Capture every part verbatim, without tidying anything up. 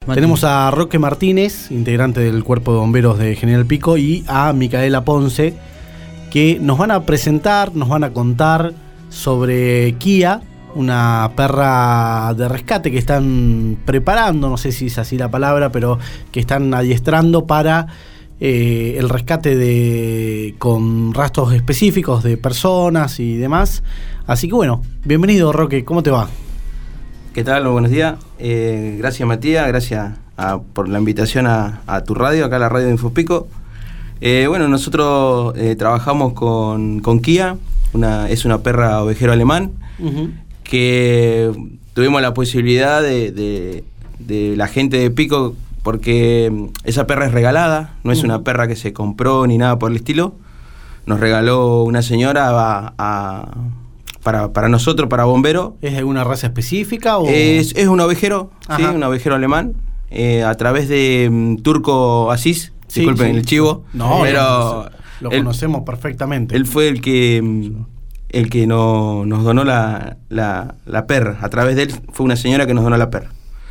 Mati. Tenemos a Roque Martínez, integrante del Cuerpo de Bomberos de General Pico, y a Micaela Ponce, que nos van a presentar, nos van a contar sobre Kia, una perra de rescate que están preparando, no sé si es así la palabra, pero que están adiestrando para eh, el rescate de con rastros específicos de personas y demás. Así que bueno, bienvenido Roque, ¿cómo te va? ¿Qué tal? Buenos días. Eh, gracias Matías, gracias a, por la invitación a, a tu radio, acá a la radio de Infopico. Eh, bueno, nosotros eh, trabajamos con, con Kia, una, es una perra ovejero alemán, uh-huh. que tuvimos la posibilidad de, de, de la gente de Pico, porque esa perra es regalada, no es uh-huh. una perra que se compró ni nada por el estilo. Nos regaló una señora a, a, para, para nosotros, para bomberos. ¿Es de alguna raza específica? O? Es, es un ovejero, sí, un ovejero alemán, eh, a través de um, Turco Asís. Sí, disculpen sí. el chivo, no, pero lo conocemos él, perfectamente. Él fue el que el que no, nos donó la, la, la perra. A través de él fue una señora que nos donó la perra.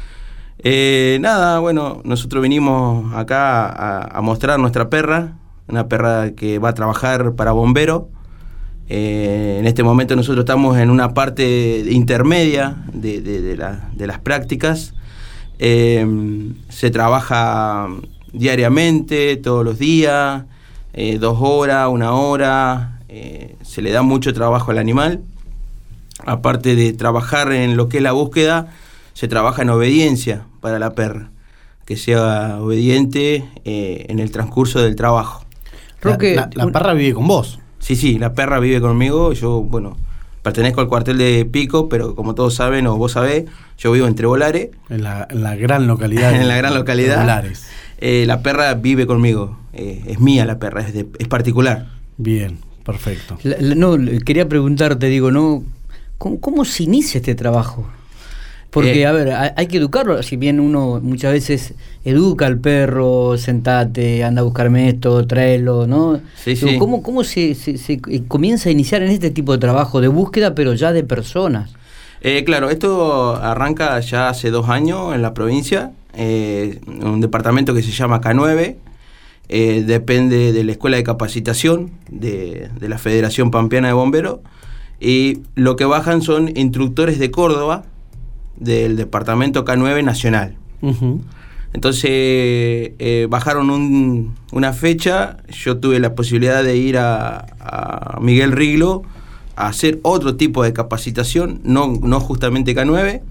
Eh, nada, bueno, nosotros vinimos acá a, a mostrar nuestra perra, una perra que va a trabajar para bomberos. Eh, en este momento nosotros estamos en una parte intermedia de, de, de, la, de las prácticas. Eh, se trabaja diariamente, todos los días, eh, dos horas, una hora, eh, se le da mucho trabajo al animal. Aparte de trabajar en lo que es la búsqueda, se trabaja en obediencia para la perra, que sea obediente eh, en el transcurso del trabajo. Roque, la, la, la perra vive con vos. Sí, sí, la perra vive conmigo. Yo, bueno, pertenezco al cuartel de Pico, pero como todos saben o vos sabés, yo vivo en Trebolares. En la, en la gran localidad. en la gran localidad. Trebolares. Eh, la perra vive conmigo, eh, es mía la perra, es, de, es particular. Bien, perfecto. La, la, no, quería preguntarte, digo, ¿no? ¿Cómo, cómo se inicia este trabajo? Porque, eh, a ver, hay, hay que educarlo, si bien uno muchas veces educa al perro, sentate, anda a buscarme esto, tráelo, ¿no? Sí, digo, sí. ¿Cómo, cómo se, se, se comienza a iniciar en este tipo de trabajo de búsqueda, pero ya de personas? Eh, claro, esto arranca ya hace dos años en la provincia. Eh, un departamento que se llama K nueve, eh, depende de la Escuela de Capacitación de, de la Federación Pampeana de Bomberos, y lo que bajan son instructores de Córdoba del departamento K nueve nacional. Uh-huh. Entonces eh, bajaron un, una fecha, yo tuve la posibilidad de ir a, a Miguel Riglo a hacer otro tipo de capacitación, no, no justamente K nueve.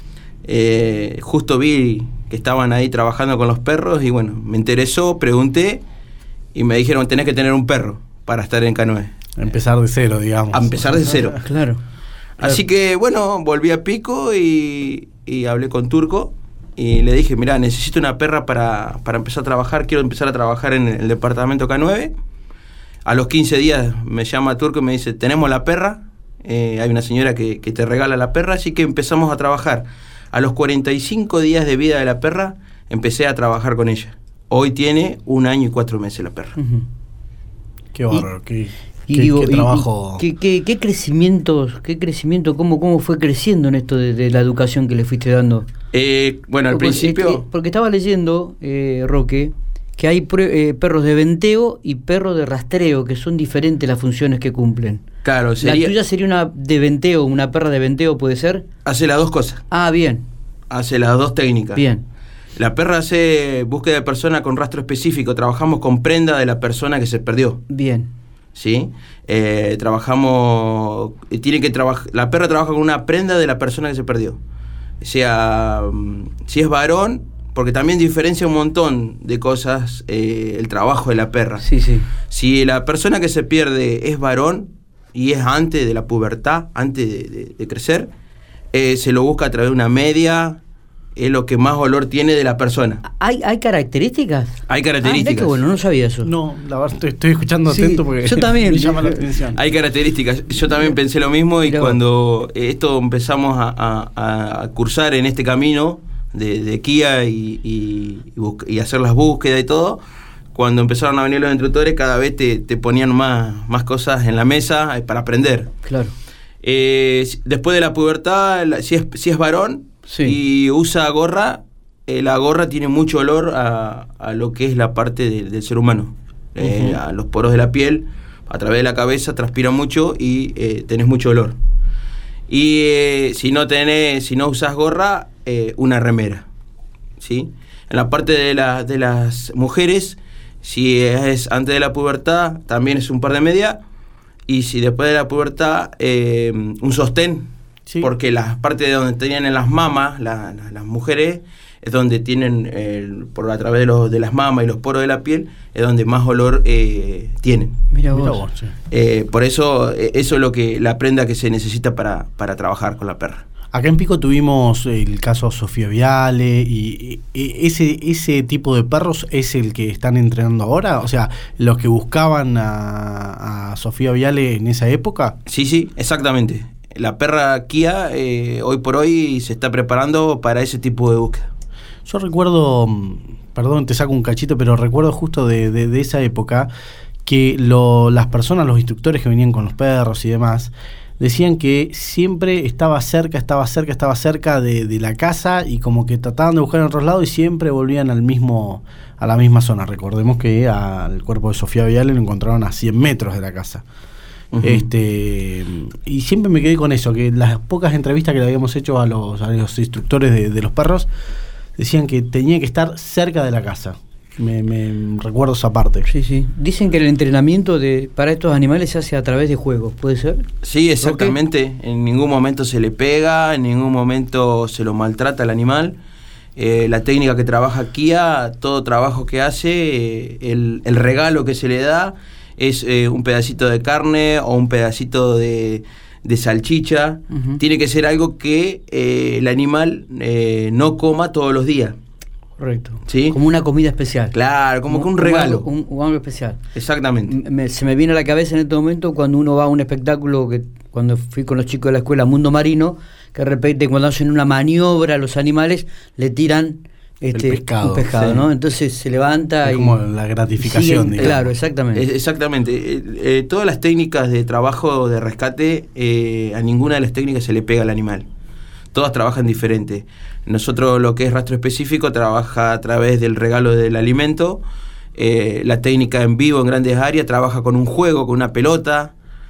Eh, justo vi que estaban ahí trabajando con los perros y bueno, me interesó, pregunté y me dijeron tenés que tener un perro para estar en K nueve. Empezar de cero, digamos. A empezar de cero. Claro. Así que bueno, volví a Pico y, y hablé con Turco y le dije, mirá, necesito una perra para, para empezar a trabajar, quiero empezar a trabajar en el departamento K nueve. A los quince días me llama Turco y me dice, tenemos la perra, eh, hay una señora que, que te regala la perra, así que empezamos a trabajar. A los cuarenta y cinco días de vida de la perra, empecé a trabajar con ella. Hoy tiene un año y cuatro meses la perra. Uh-huh. Qué bárbaro, qué, y qué, digo, qué trabajo. Y, y, ¿qué, qué crecimiento, qué crecimiento, cómo, cómo fue creciendo en esto de, de la educación que le fuiste dando? Eh, bueno, al porque, principio... Eh, porque estaba leyendo, eh, Roque, que hay pre, eh, perros de venteo y perros de rastreo, que son diferentes las funciones que cumplen. Claro, sería... ¿La tuya sería una de venteo, una perra de venteo, puede ser? Hace las dos cosas. Ah, bien. Hace las dos técnicas. Bien. La perra hace búsqueda de persona con rastro específico. Trabajamos con prenda de la persona que se perdió. Bien. ¿Sí? Eh, trabajamos... Tiene que trabajar... La perra trabaja con una prenda de la persona que se perdió. O sea, si es varón, porque también diferencia un montón de cosas eh, el trabajo de la perra. Sí, sí. Si la persona que se pierde es varón y es antes de la pubertad, antes de, de, de crecer, eh, se lo busca a través de una media, es lo que más olor tiene de la persona. ¿Hay, hay características? Hay características. Ah, que bueno, no sabía eso. No, la verdad estoy, estoy escuchando sí, atento porque yo también. me llama la atención. Hay características. Yo también pensé lo mismo y Pero... cuando esto empezamos a, a, a cursar en este camino de, de Kia y, y, y, y hacer las búsquedas y todo, cuando empezaron a venir los instructores, cada vez te, te ponían más, más cosas en la mesa para aprender. Claro. Eh, después de la pubertad, si es, si es varón, sí, y usa gorra, eh, la gorra tiene mucho olor a, a lo que es la parte de, del ser humano. Uh-huh. eh, a los poros de la piel, a través de la cabeza, transpira mucho y eh, tenés mucho olor. Y eh, si no tenés, si no usás gorra, eh, una remera, ¿sí? En la parte de, la, de las mujeres, si es antes de la pubertad, también es un par de medias. Y si después de la pubertad, eh, un sostén, sí. Porque las partes de donde tenían en las mamas, la, la, las mujeres, es donde tienen, eh, por a través de, los, de las mamas y los poros de la piel, es donde más olor eh, tienen. Mira vos. Mira vos sí. eh, por eso, eh, eso es lo que la prenda que se necesita para, para trabajar con la perra. Acá en Pico tuvimos el caso Sofía Viale y, y ese, ese tipo de perros es el que están entrenando ahora, o sea, los que buscaban a, a Sofía Viale en esa época. Sí, sí, exactamente. La perra Kia eh, hoy por hoy se está preparando para ese tipo de búsqueda. Yo recuerdo, perdón, te saco un cachito, pero recuerdo justo de, de, de esa época que lo, las personas, los instructores que venían con los perros y demás, decían que siempre estaba cerca, estaba cerca, estaba cerca de, de la casa y como que trataban de buscar en otros lados y siempre volvían al mismo, a la misma zona. Recordemos que al cuerpo de Sofía Viale lo encontraron a cien metros de la casa. Uh-huh. Este, y siempre me quedé con eso, que las pocas entrevistas que le habíamos hecho a los, a los instructores de, de los perros decían que tenía que estar cerca de la casa. Me, me recuerdo esa parte. Sí, sí. Dicen que el entrenamiento de para estos animales se hace a través de juegos, ¿puede ser? Sí, exactamente. En ningún momento se le pega, en ningún momento se lo maltrata al animal. Eh, la técnica que trabaja Kia, todo trabajo que hace, eh, el, el regalo que se le da es eh, un pedacito de carne o un pedacito de, de salchicha. Uh-huh. Tiene que ser algo que eh, el animal eh, no coma todos los días. Correcto. ¿Sí? Como una comida especial. Claro, como, como que un regalo. Un, un, algo especial. Exactamente. Me, se me viene a la cabeza en este momento cuando uno va a un espectáculo, que cuando fui con los chicos de la escuela Mundo Marino, que de repente cuando hacen una maniobra a los animales, le tiran este, pescado, un pescado, sí. ¿no? Entonces se levanta es y... como la gratificación, siguen, digamos. Claro, exactamente. Es, exactamente. Eh, eh, todas las técnicas de trabajo de rescate, eh, a ninguna de las técnicas se le pega al animal. Todas trabajan diferente. Nosotros lo que es rastro específico trabaja a través del regalo del alimento. Eh, la técnica en vivo en grandes áreas trabaja con un juego, con una pelota.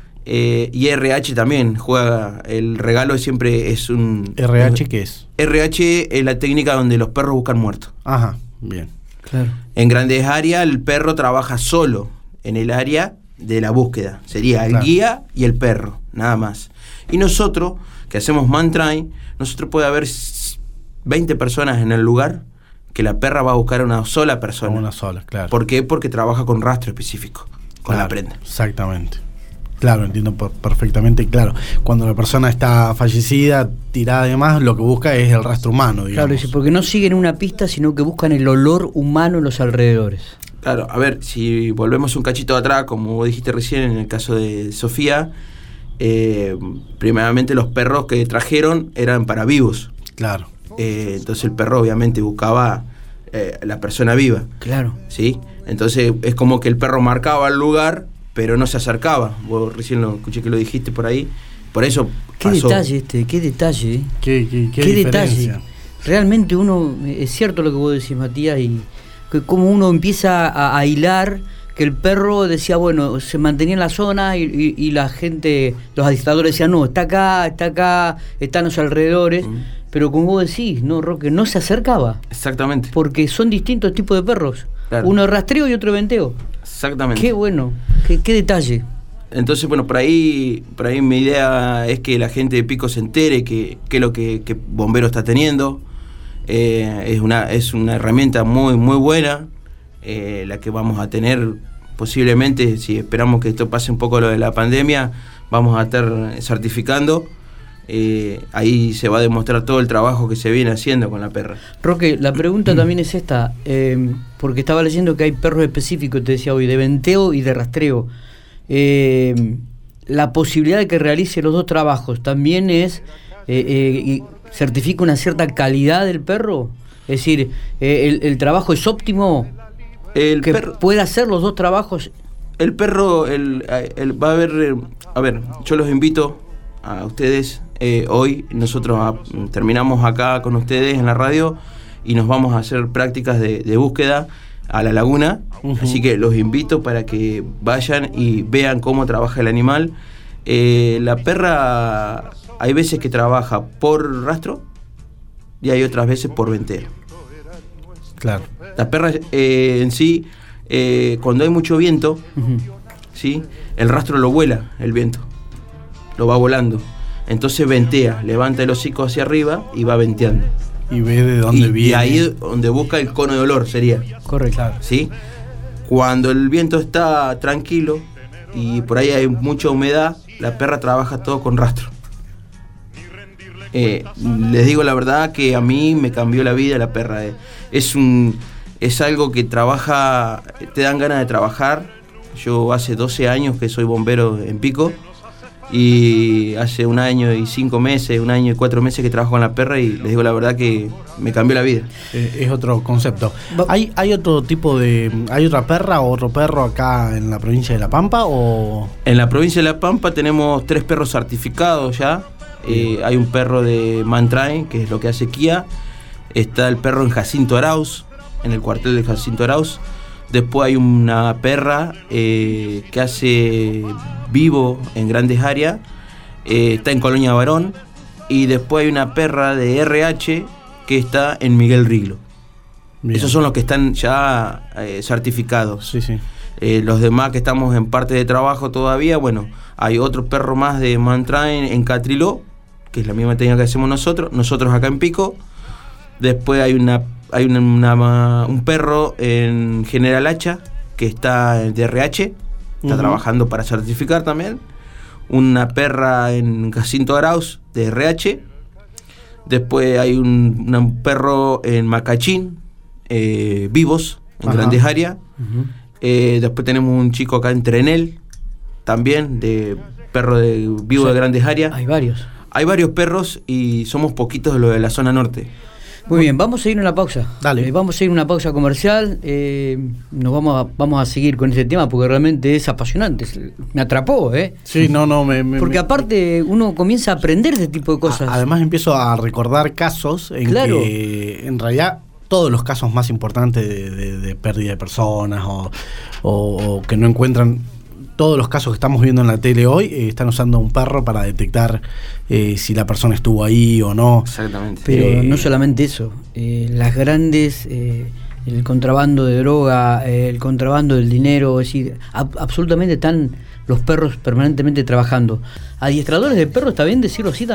Eh, y R H también juega. El regalo siempre es un... ¿R H qué es? R H es la técnica donde los perros buscan muertos. Ajá, bien. Claro. En grandes áreas el perro trabaja solo en el área de la búsqueda. Sería el claro. guía y el perro, nada más. Y nosotros, que hacemos man train, nosotros puede haber veinte personas en el lugar que la perra va a buscar a una sola persona. A una sola, claro. ¿Por qué? Porque trabaja con rastro específico, con claro, la prenda. Exactamente. Claro, entiendo perfectamente. Claro, cuando la persona está fallecida, tirada y demás, lo que busca es el rastro humano, digamos. Claro, porque no siguen una pista, sino que buscan el olor humano en los alrededores. Claro, a ver, si volvemos un cachito atrás, como vos dijiste recién en el caso de Sofía, eh, primeramente los perros que trajeron eran para vivos. Claro. Eh, entonces el perro obviamente buscaba eh, la persona viva. Claro. ¿Sí? Entonces es como que el perro marcaba el lugar, pero no se acercaba. Vos recién lo escuché que lo dijiste por ahí. Por eso Qué pasó. detalle este, qué detalle. Qué, qué, qué, qué diferencia. detalle. Realmente uno, es cierto lo que vos decís, Matías, y que como uno empieza a, a hilar, que el perro decía, bueno, se mantenía en la zona y, y, y la gente, los adiestradores decían, no, está acá, está acá, está en los alrededores. Mm. Pero como vos decís, no, Roque, no se acercaba. Exactamente. Porque son distintos tipos de perros. Claro. Uno de rastreo y otro de venteo. Exactamente. Qué bueno, qué, qué detalle. Entonces, bueno, por ahí por ahí mi idea es que la gente de Pico se entere que, que es lo que, que Bombero está teniendo. Eh, es una es una herramienta muy, muy buena, eh, la que vamos a tener posiblemente, si esperamos que esto pase un poco lo de la pandemia, vamos a estar certificando. Eh, ahí se va a demostrar todo el trabajo que se viene haciendo con la perra. Roque, la pregunta también es esta, eh, porque estaba leyendo que hay perros específicos, te decía hoy, de venteo y de rastreo. Eh, la posibilidad de que realice los dos trabajos también es, eh, eh, certifica una cierta calidad del perro, es decir, eh, el, el trabajo es óptimo, el que perro, pueda hacer los dos trabajos. El perro, el, el, va a haber, a ver, yo los invito a ustedes. Eh, hoy nosotros a, terminamos acá con ustedes en la radio y nos vamos a hacer prácticas de, de búsqueda a la laguna. Uh-huh. Así que los invito para que vayan y vean cómo trabaja el animal. Eh, la perra hay veces que trabaja por rastro y hay otras veces por ventero. Claro. La perra eh, en sí, eh, cuando hay mucho viento, uh-huh. ¿sí? El rastro lo vuela, el viento. Lo va volando. Entonces ventea, levanta el hocico hacia arriba y va venteando. Y ve de dónde y, viene. Y ahí donde busca el cono de olor sería. Correcto. ¿Sí? Cuando el viento está tranquilo y por ahí hay mucha humedad, la perra trabaja todo con rastro. Eh, les digo la verdad que a mí me cambió la vida la perra. Eh. Es un es algo que trabaja, te dan ganas de trabajar. Yo hace doce años que soy bombero en Pico y hace un año y cinco meses, un año y cuatro meses que trabajo con la perra y les digo la verdad que me cambió la vida. Eh, es otro concepto. ¿Hay, ¿Hay otro tipo de... ¿Hay otra perra o otro perro acá en la provincia de La Pampa? O... En la provincia de La Pampa tenemos tres perros certificados ya. Eh, hay un perro de Mantrain, que es lo que hace Kia. Está el perro en Jacinto Arauz, en el cuartel de Jacinto Arauz. Después hay una perra eh, que hace vivo en grandes áreas. Eh, está en Colonia Barón. Y después hay una perra de R H que está en Miguel Riglo. Bien. Esos son los que están ya eh, certificados. Sí, sí. Eh, los demás que estamos en parte de trabajo todavía, bueno, hay otro perro más de Mantrain en Catriló, que es la misma técnica que hacemos nosotros, nosotros acá en Pico. Después hay una hay una, una, un perro en General Hacha, que está de R H, está uh-huh. trabajando para certificar también. Una perra en Jacinto Arauz, de R H. Después hay un, un perro en Macachín, eh, vivos, en Ajá. grandes áreas. Uh-huh. Eh, después tenemos un chico acá en Trenel, también, de perro de vivo o sea, de grandes áreas. Hay varios. Hay varios perros y somos poquitos de los de la zona norte. Muy bien, vamos a ir a una pausa. Dale. Eh, vamos a ir a una pausa comercial. Eh, nos vamos a, vamos a seguir con este tema porque realmente es apasionante. Me atrapó, ¿eh? Sí, no, no. Me, me, porque aparte uno comienza a aprender ese tipo de cosas. A, además empiezo a recordar casos en claro. que en realidad todos los casos más importantes de, de, de pérdida de personas o, o, o que no encuentran... Todos los casos que estamos viendo en la tele hoy eh, están usando un perro para detectar eh, si la persona estuvo ahí o no. Exactamente. Pero eh, no solamente eso, eh, las grandes, eh, el contrabando de droga, eh, el contrabando del dinero, es decir, ab- absolutamente están los perros permanentemente trabajando. ¿Adiestradores de perros está bien decirlo así?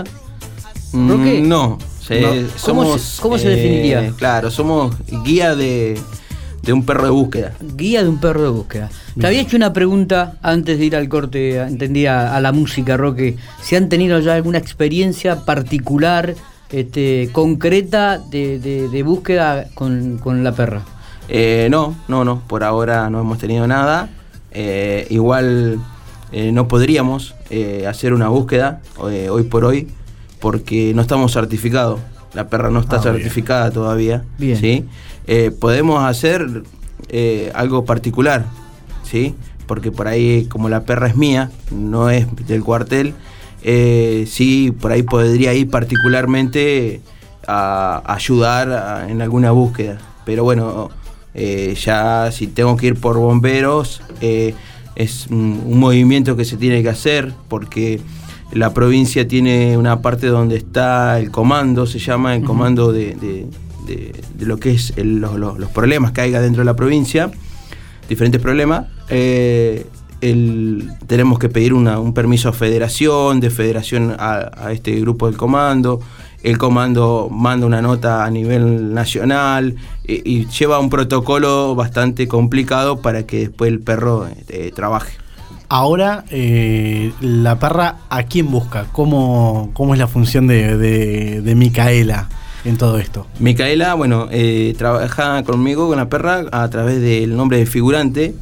Mm, no, se, no. Somos, ¿Cómo, se, ¿Cómo se definiría? Eh, claro, somos guía de... de un perro de búsqueda. Guía de un perro de búsqueda. Bien. Te había hecho una pregunta antes de ir al corte, entendía, a la música, Roque. ¿Si han tenido ya alguna experiencia particular, este, concreta de, de, de búsqueda con, con la perra? Eh, no, no, no. Por ahora no hemos tenido nada. Eh, igual eh, no podríamos eh, hacer una búsqueda eh, hoy por hoy porque no estamos certificados. La perra no está ah, certificada bien. todavía. Bien. ¿Sí? Eh, podemos hacer eh, algo particular, ¿sí? Porque por ahí, como la perra es mía, no es del cuartel, eh, sí, por ahí podría ir particularmente a, a ayudar a, en alguna búsqueda. Pero bueno, eh, ya si tengo que ir por bomberos, eh, es un, un movimiento que se tiene que hacer, porque la provincia tiene una parte donde está el comando, se llama el comando de... de De, de lo que es el, los, los, los problemas que haya dentro de la provincia, diferentes problemas, eh, el, tenemos que pedir una, un permiso a federación, de federación a, a este grupo del comando, el comando manda una nota a nivel nacional eh, y lleva un protocolo bastante complicado para que después el perro eh, trabaje. Ahora, eh, la perra, ¿a quién busca? ¿Cómo, cómo es la función de, de, de Micaela en todo esto? Micaela, bueno, eh, trabaja conmigo, con la perra, a través del nombre de figurante.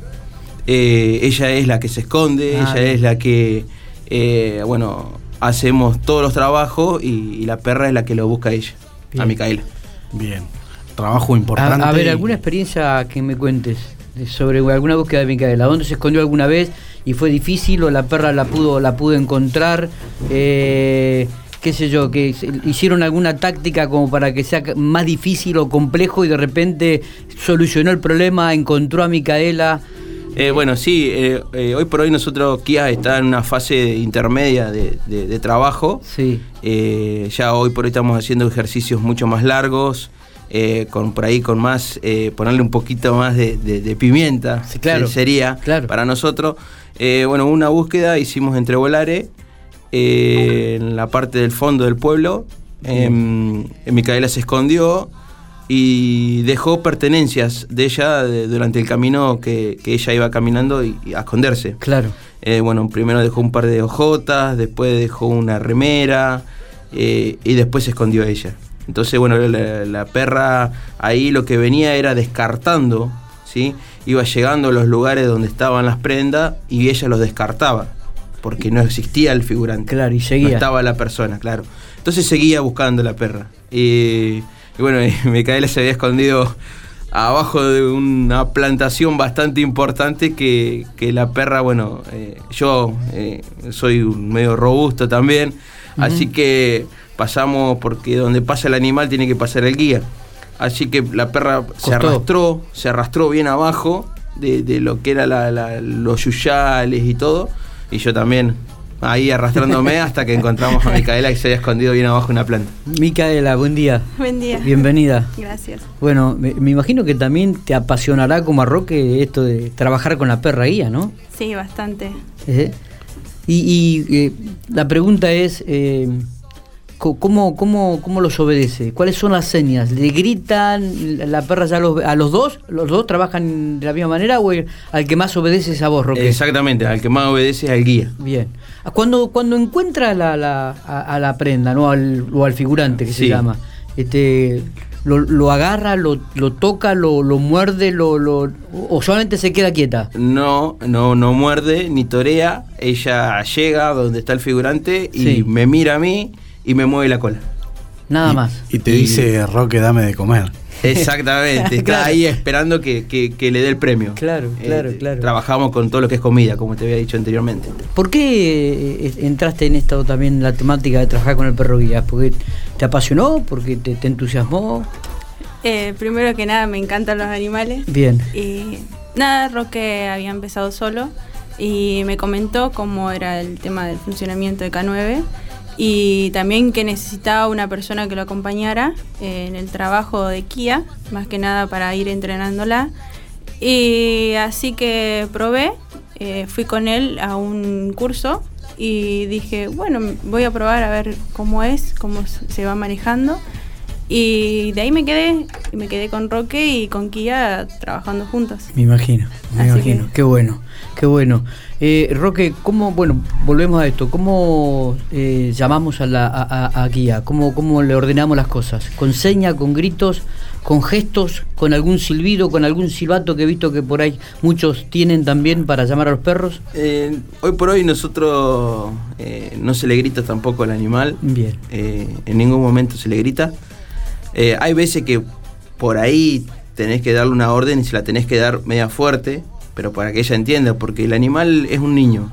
Eh, ella es la que se esconde, ah, ella bien. es la que, eh, bueno, hacemos todos los trabajos y, y la perra es la que lo busca a ella, bien. a Micaela. Bien, trabajo importante. A, a ver, ¿alguna experiencia que me cuentes sobre alguna búsqueda de Micaela? ¿Dónde se escondió alguna vez y fue difícil o la perra la pudo, la pudo encontrar? Eh... qué sé yo, que hicieron alguna táctica como para que sea más difícil o complejo y de repente solucionó el problema, encontró a Micaela? Eh, bueno, sí, eh, eh, hoy por hoy nosotros, Kia está en una fase intermedia de, de, de trabajo. Sí. Eh, ya hoy por hoy estamos haciendo ejercicios mucho más largos, eh, con por ahí con más, eh, ponerle un poquito más de, de, de pimienta, sí, claro, eh, sería claro. para nosotros. Eh, bueno, una búsqueda hicimos entre Volares, eh, en la parte del fondo del pueblo. Eh, Micaela se escondió y dejó pertenencias de ella de, durante el camino que, que ella iba caminando y, y a esconderse. Claro. Eh, bueno, primero dejó un par de hojotas, después dejó una remera, eh, y después se escondió ella. Entonces, bueno, la, la perra ahí lo que venía era descartando, ¿sí? Iba llegando a los lugares donde estaban las prendas y ella los descartaba, porque no existía el figurante. Claro, y seguía. No estaba la persona, claro. Entonces seguía buscando la perra. Y... Y bueno, Micaela se había escondido abajo de una plantación bastante importante que, que la perra, bueno, eh, yo eh, soy medio robusto también, uh-huh. Así que pasamos, porque donde pasa el animal tiene que pasar el guía. Así que la perra Costó. se arrastró, se arrastró bien abajo de, de lo que eran la, la, los yuyales y todo, y yo también... ahí arrastrándome hasta que encontramos a Micaela que se había escondido bien abajo de una planta. Micaela, buen día. Buen día. Bienvenida. Gracias. Bueno, me, me imagino que también te apasionará como a Roque esto de trabajar con la perra guía, ¿no? Sí, bastante. ¿Eh? Y, y eh, la pregunta es, eh, ¿cómo, cómo, ¿cómo los obedece? ¿Cuáles son las señas? ¿Le gritan la perra ya a los, a los dos? ¿Los dos trabajan de la misma manera o el, al que más obedece es a vos, Roque? Exactamente, al que más obedece es al guía. Bien. Cuando, cuando encuentra la, la, a, a la prenda, ¿no? Al, o al figurante que sí. se llama, este, lo, lo agarra, lo, lo toca, lo, lo muerde, lo, lo, o solamente se queda quieta. No, no, no muerde ni torea. Ella llega donde está el figurante y sí. me mira a mí y me mueve la cola. Nada y, más. Y te y, dice, Roque, dame de comer. Exactamente, está claro. ahí esperando que, que, que le dé el premio. Claro, claro, eh, claro. Trabajamos con todo lo que es comida, como te había dicho anteriormente. ¿Por qué eh, entraste en esto también, la temática de trabajar con el perro guía? ¿Porque te apasionó? ¿Porque te, te entusiasmó? Eh, primero que nada, me encantan los animales. Bien. Y nada, Roque había empezado solo y me comentó cómo era el tema del funcionamiento de K nueve. Y también que necesitaba una persona que lo acompañara eh, en el trabajo de Kia, más que nada para ir entrenándola. Y así que probé, eh, fui con él a un curso y dije, bueno, voy a probar a ver cómo es, cómo se va manejando. Y de ahí me quedé, y me quedé con Roque y con Kia trabajando juntos. Me imagino, me Así imagino, que... qué bueno, qué bueno. Eh, Roque, ¿cómo, bueno, volvemos a esto, ¿cómo eh, llamamos a, la, a, a Kia? ¿Cómo, ¿Cómo le ordenamos las cosas? ¿Con seña, con gritos, con gestos, con algún silbido, con algún silbato que he visto que por ahí muchos tienen también para llamar a los perros? Eh, hoy por hoy nosotros eh, no se le grita tampoco al animal. Bien. Eh, en ningún momento se le grita. Eh, hay veces que por ahí tenés que darle una orden y se la tenés que dar media fuerte, pero para que ella entienda, porque el animal es un niño,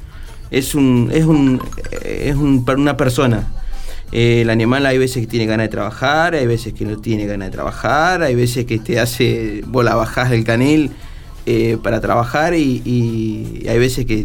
es un es un es un, una persona. Eh, el animal hay veces que tiene ganas de trabajar, hay veces que no tiene ganas de trabajar, hay veces que te hace, vos la bajás del canil eh, para trabajar y, y hay veces que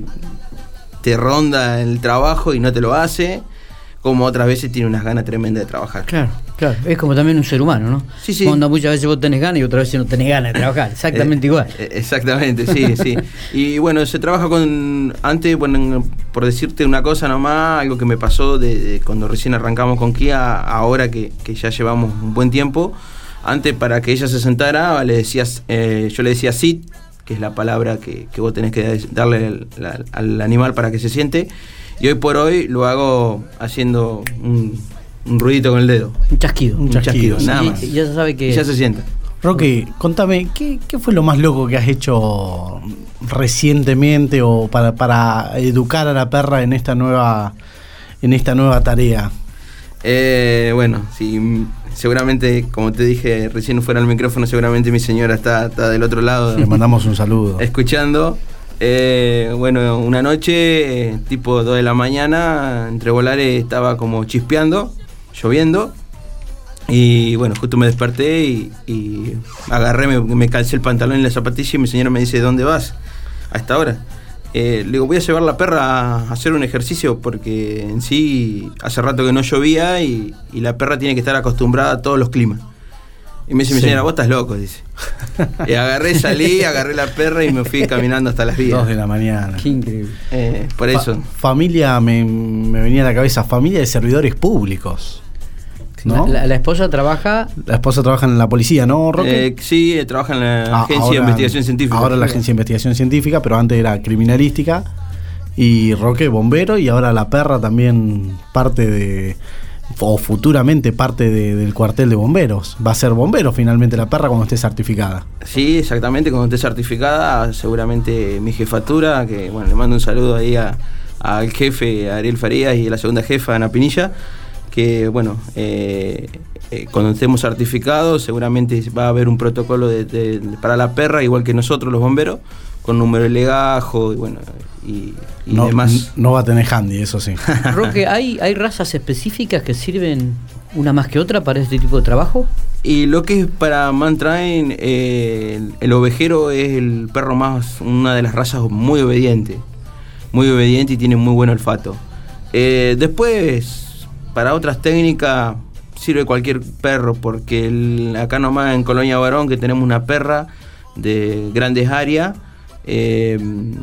te ronda el trabajo y no te lo hace, como otras veces tiene unas ganas tremendas de trabajar. Claro, claro, es como también un ser humano, ¿no? Sí, sí. Cuando muchas veces vos tenés ganas y otras veces no tenés ganas de trabajar, exactamente eh, igual. Exactamente, sí, sí. Y bueno, se trabaja con, antes, bueno, por decirte una cosa nomás, algo que me pasó de, de cuando recién arrancamos con Kia, ahora que, que ya llevamos un buen tiempo, antes para que ella se sentara, le decías, eh, yo le decía sit, que es la palabra que, que vos tenés que darle al, al, al animal para que se siente. Y hoy por hoy lo hago haciendo un, un ruidito con el dedo. Un chasquido. Un, un chasquido, chasquido, nada y, más. Y ya se sabe que... Y ya se sienta. Roque, contame, ¿qué, ¿qué fue lo más loco que has hecho recientemente o para, para educar a la perra en esta nueva, en esta nueva tarea? Eh, bueno, sí, seguramente, como te dije recién fuera el micrófono, seguramente mi señora está, está del otro lado. Le mandamos un saludo. Escuchando. Eh, bueno, una noche, eh, tipo dos de la mañana, entre volares estaba como chispeando, lloviendo. Y bueno, justo me desperté y, y agarré, me, me calcé el pantalón y la zapatilla y mi señora me dice, ¿dónde vas a esta hora? Eh, le digo, voy a llevar la perra a hacer un ejercicio porque en sí hace rato que no llovía y, y la perra tiene que estar acostumbrada a todos los climas. Y me dice, sí. mi señora, vos estás loco, dice. Y agarré, salí, agarré la perra y me fui caminando hasta las vías. Dos de la mañana. Qué increíble. Eh, por Fa- eso. Familia, me, me venía a la cabeza, familia de servidores públicos. ¿No? La, la esposa trabaja... La esposa trabaja en la policía, ¿no, Roque? Eh, sí, eh, trabaja en la Ah, Agencia ahora- de Investigación Científica. Ahora la Agencia de Investigación Científica, pero antes era criminalística. Y Roque, bombero, y ahora la perra también parte de... o futuramente parte de, del cuartel de bomberos. Va a ser bombero finalmente la perra cuando esté certificada. Sí, exactamente, cuando esté certificada, seguramente mi jefatura, que bueno, le mando un saludo ahí a- al jefe Ariel Farías y a la segunda jefa Ana Pinilla, que bueno, eh, eh, cuando estemos certificados seguramente va a haber un protocolo de, de- de- para la perra, igual que nosotros los bomberos, con número de legajo y bueno, y, y No, demás. no va a tener handy, eso sí. Roque, ¿hay, ¿hay razas específicas que sirven una más que otra para este tipo de trabajo? Y lo que es para Mantrain, eh, el, el ovejero es el perro más, una de las razas muy obediente, muy obediente y tiene muy buen olfato. Eh, después, para otras técnicas, sirve cualquier perro, porque el, acá nomás en Colonia Barón, que tenemos una perra de grandes áreas, eh,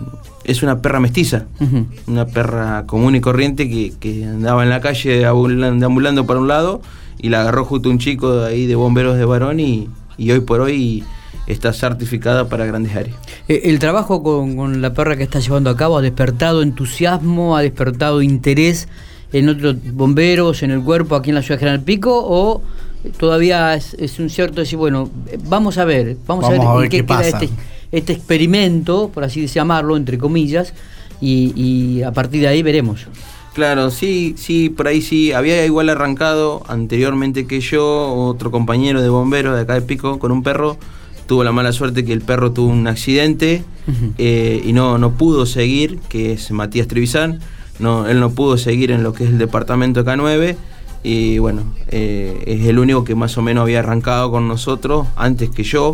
es una perra mestiza, Uh-huh. una perra común y corriente que, que andaba en la calle ambulando, ambulando para un lado y la agarró justo un chico de ahí de bomberos de Barón y, y hoy por hoy está certificada para grandes áreas. Eh, ¿El trabajo con, con la perra que estás llevando a cabo ha despertado entusiasmo, ha despertado interés en otros bomberos, en el cuerpo aquí en la ciudad de General Pico, o todavía es, es un cierto decir, bueno, vamos a ver, vamos, Vamos a ver, a ver en qué, qué queda pasa. este, este experimento, por así llamarlo, entre comillas, y, y a partir de ahí veremos? Claro, sí, sí, por ahí sí. Había igual arrancado anteriormente que yo, otro compañero de bomberos de acá de Pico, con un perro. Tuvo la mala suerte que el perro tuvo un accidente Uh-huh. eh, y no, no pudo seguir, que es Matías Trivizán. No, él no pudo seguir en lo que es el departamento K nueve. Y bueno, eh, es el único que más o menos había arrancado con nosotros antes que yo.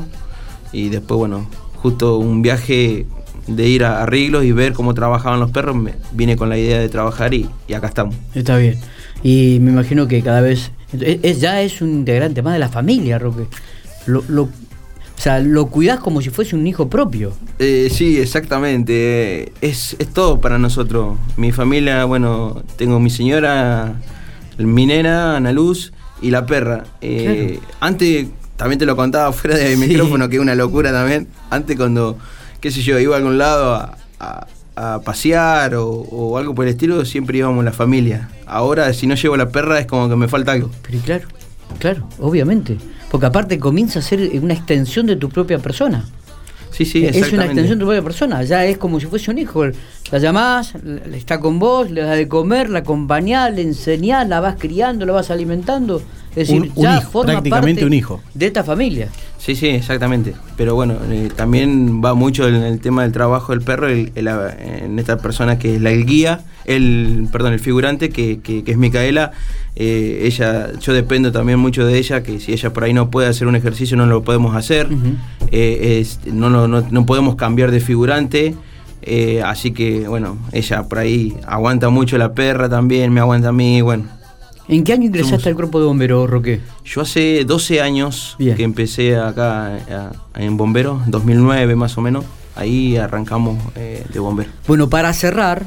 Y después, bueno, justo un viaje de ir a arreglos y ver cómo trabajaban los perros, me vine con la idea de trabajar y, y acá estamos. Está bien. Y me imagino que cada vez... Es, es- ya es un integrante más de la familia, Roque. Lo, lo, o sea, lo cuidás como si fuese un hijo propio. Eh, sí, exactamente. Eh, Es, es todo para nosotros. Mi familia, bueno, tengo mi señora, mi nena, Ana Luz, y la perra. Eh, Claro. Antes, también te lo contaba fuera del Sí. micrófono, que es una locura también. Antes cuando, qué sé yo, iba a algún lado a, a- a pasear o, o algo por el estilo, siempre íbamos la familia. Ahora, si no llevo la perra, es como que me falta algo. Pero claro, claro, obviamente. Porque aparte comienza a ser una extensión de tu propia persona. Sí, sí, es una exactamente. extensión de tu propia persona. Ya es como si fuese un hijo. La llamás, la- está con vos, le das de comer, la acompañás, le enseñás, la vas criando, la vas alimentando. Es decir, Un- un ya hijo, forma prácticamente parte un hijo. de esta familia. Sí, sí, exactamente. Pero bueno, eh, también va mucho en el tema del trabajo del perro, el- el- en esta persona que es la el guía, el perdón, el figurante, que, que, que es Micaela. Eh, ella, yo dependo también mucho de ella, que si ella por ahí no puede hacer un ejercicio, no lo podemos hacer. Ujú. Eh, es- no, no, no, no podemos cambiar de figurante. Eh, así que, bueno, ella por ahí aguanta mucho la perra también, me aguanta a mí, bueno. ¿En qué año ingresaste Somos- al cuerpo de bomberos, Roque? Yo hace doce años Bien. que empecé acá a- en Bomberos, dos mil nueve más o menos, ahí arrancamos eh, de bombero. Bueno, para cerrar,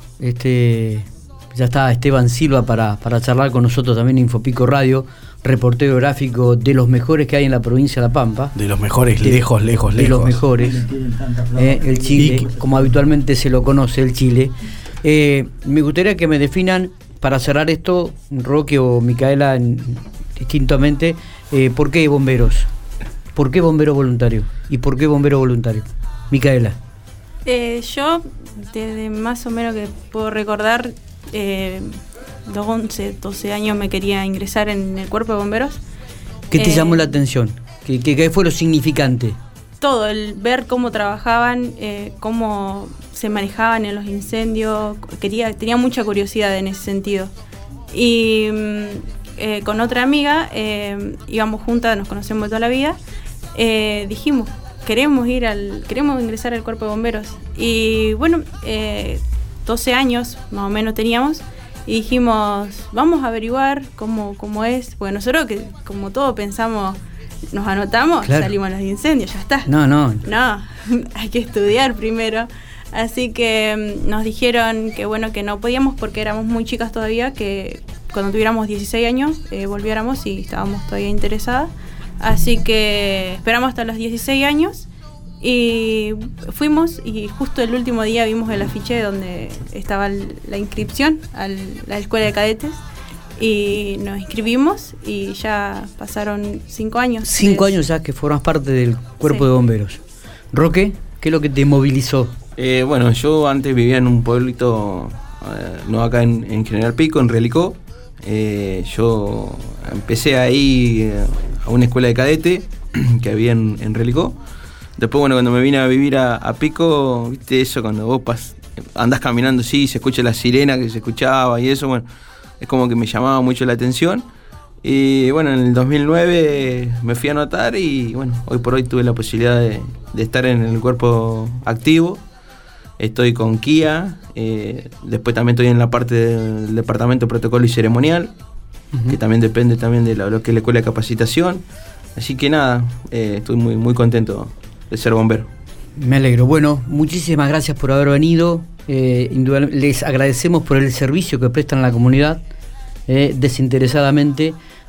este, ya está Esteban Silva para, para charlar con nosotros también en Infopico Radio, reportero gráfico de los mejores que hay en la provincia de La Pampa. De los mejores, De- lejos, lejos, de lejos. los mejores. Eh, el Chile, Y- como habitualmente se lo conoce, el Chile. Eh, me gustaría que me definan, para cerrar esto, Roque o Micaela, en- distintamente, eh, ¿por qué bomberos? ¿Por qué bombero voluntario? ¿Y por qué bombero voluntario? Micaela. Eh, yo, desde más o menos que puedo recordar, eh, los once, doce años me quería ingresar en el cuerpo de bomberos. ¿Qué te Eh, llamó la atención? ¿Qué, qué, qué fue lo significante? todo, el ver cómo trabajaban, eh, cómo se manejaban en los incendios, quería, tenía mucha curiosidad en ese sentido. Y eh, con otra amiga, eh, íbamos juntas, nos conocemos toda la vida, eh, dijimos, queremos ir al, queremos ingresar al cuerpo de bomberos. Y bueno, eh, doce años más o menos teníamos, y dijimos, vamos a averiguar cómo, cómo es, porque nosotros que como todo pensamos, nos anotamos, claro, salimos a los incendios, ya está. No, no. No, hay que estudiar primero. Así que nos dijeron que bueno, que no podíamos porque éramos muy chicas todavía, que cuando tuviéramos dieciséis años eh, volviéramos y estábamos todavía interesadas. Así que esperamos hasta los dieciséis años y fuimos, y justo el último día vimos el afiche donde estaba la inscripción a la escuela de cadetes. Y nos inscribimos y ya pasaron cinco años. Cinco años ya que formas parte del cuerpo, sí, de bomberos. Roque, ¿qué es lo que te movilizó? Eh, bueno, yo antes vivía en un pueblito, eh, no acá en, en General Pico, en Realicó. Eh, yo empecé ahí eh, a una escuela de cadete que había en, en Realicó. Después, bueno, cuando me vine a vivir a, a Pico, viste eso, cuando vos pas, andás caminando, sí, se escucha la sirena que se escuchaba y eso, bueno, es como que me llamaba mucho la atención. Y bueno, en el dos mil nueve me fui a anotar y bueno, hoy por hoy tuve la posibilidad de, de estar en el cuerpo activo. Estoy con Kia, eh, después también estoy en la parte del departamento protocolo y ceremonial, uh-huh, que también depende también de lo, lo que es la escuela de capacitación. Así que nada, eh, estoy muy, muy contento de ser bombero. Me alegro. Bueno, muchísimas gracias por haber venido. Eh, les agradecemos por el servicio que prestan a la comunidad, eh, desinteresadamente,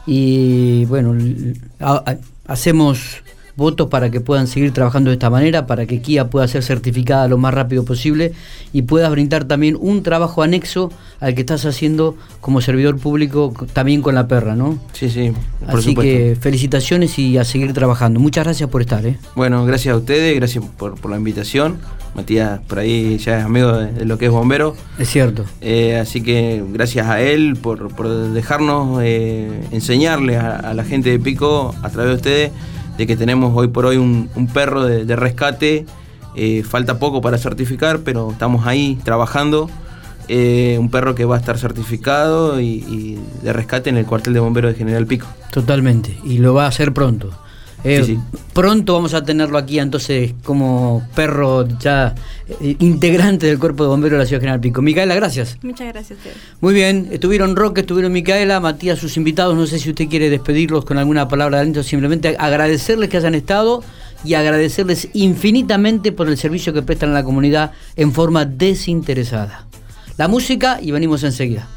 y bueno, a, a, hacemos votos para que puedan seguir trabajando de esta manera, para que Kia pueda ser certificada lo más rápido posible y puedas brindar también un trabajo anexo al que estás haciendo como servidor público también con la perra, ¿no? Sí, sí, por Así supuesto. que felicitaciones y a seguir trabajando. Muchas gracias por estar, ¿eh? Bueno, gracias a ustedes, gracias por, por la invitación. Matías por ahí ya es amigo de, de lo que es bombero. Es cierto. Eh, así que gracias a él por, por dejarnos eh, enseñarle a, a la gente de Pico, a través de ustedes, de que tenemos hoy por hoy un, un perro de, de rescate. Eh, falta poco para certificar, pero estamos ahí trabajando. Eh, un perro que va a estar certificado y, y de rescate en el cuartel de bomberos de General Pico. Totalmente, y lo va a hacer pronto. Eh, sí, sí. Pronto vamos a tenerlo aquí entonces como perro ya eh, integrante del cuerpo de bomberos de la ciudad de General Pico. Micaela, gracias. Muchas gracias a ustedes. Muy bien, estuvieron Roque, estuvieron Micaela, Matías, sus invitados. No sé si usted quiere despedirlos con alguna palabra de aliento, simplemente agradecerles que hayan estado y agradecerles infinitamente por el servicio que prestan a la comunidad en forma desinteresada. La música y venimos enseguida.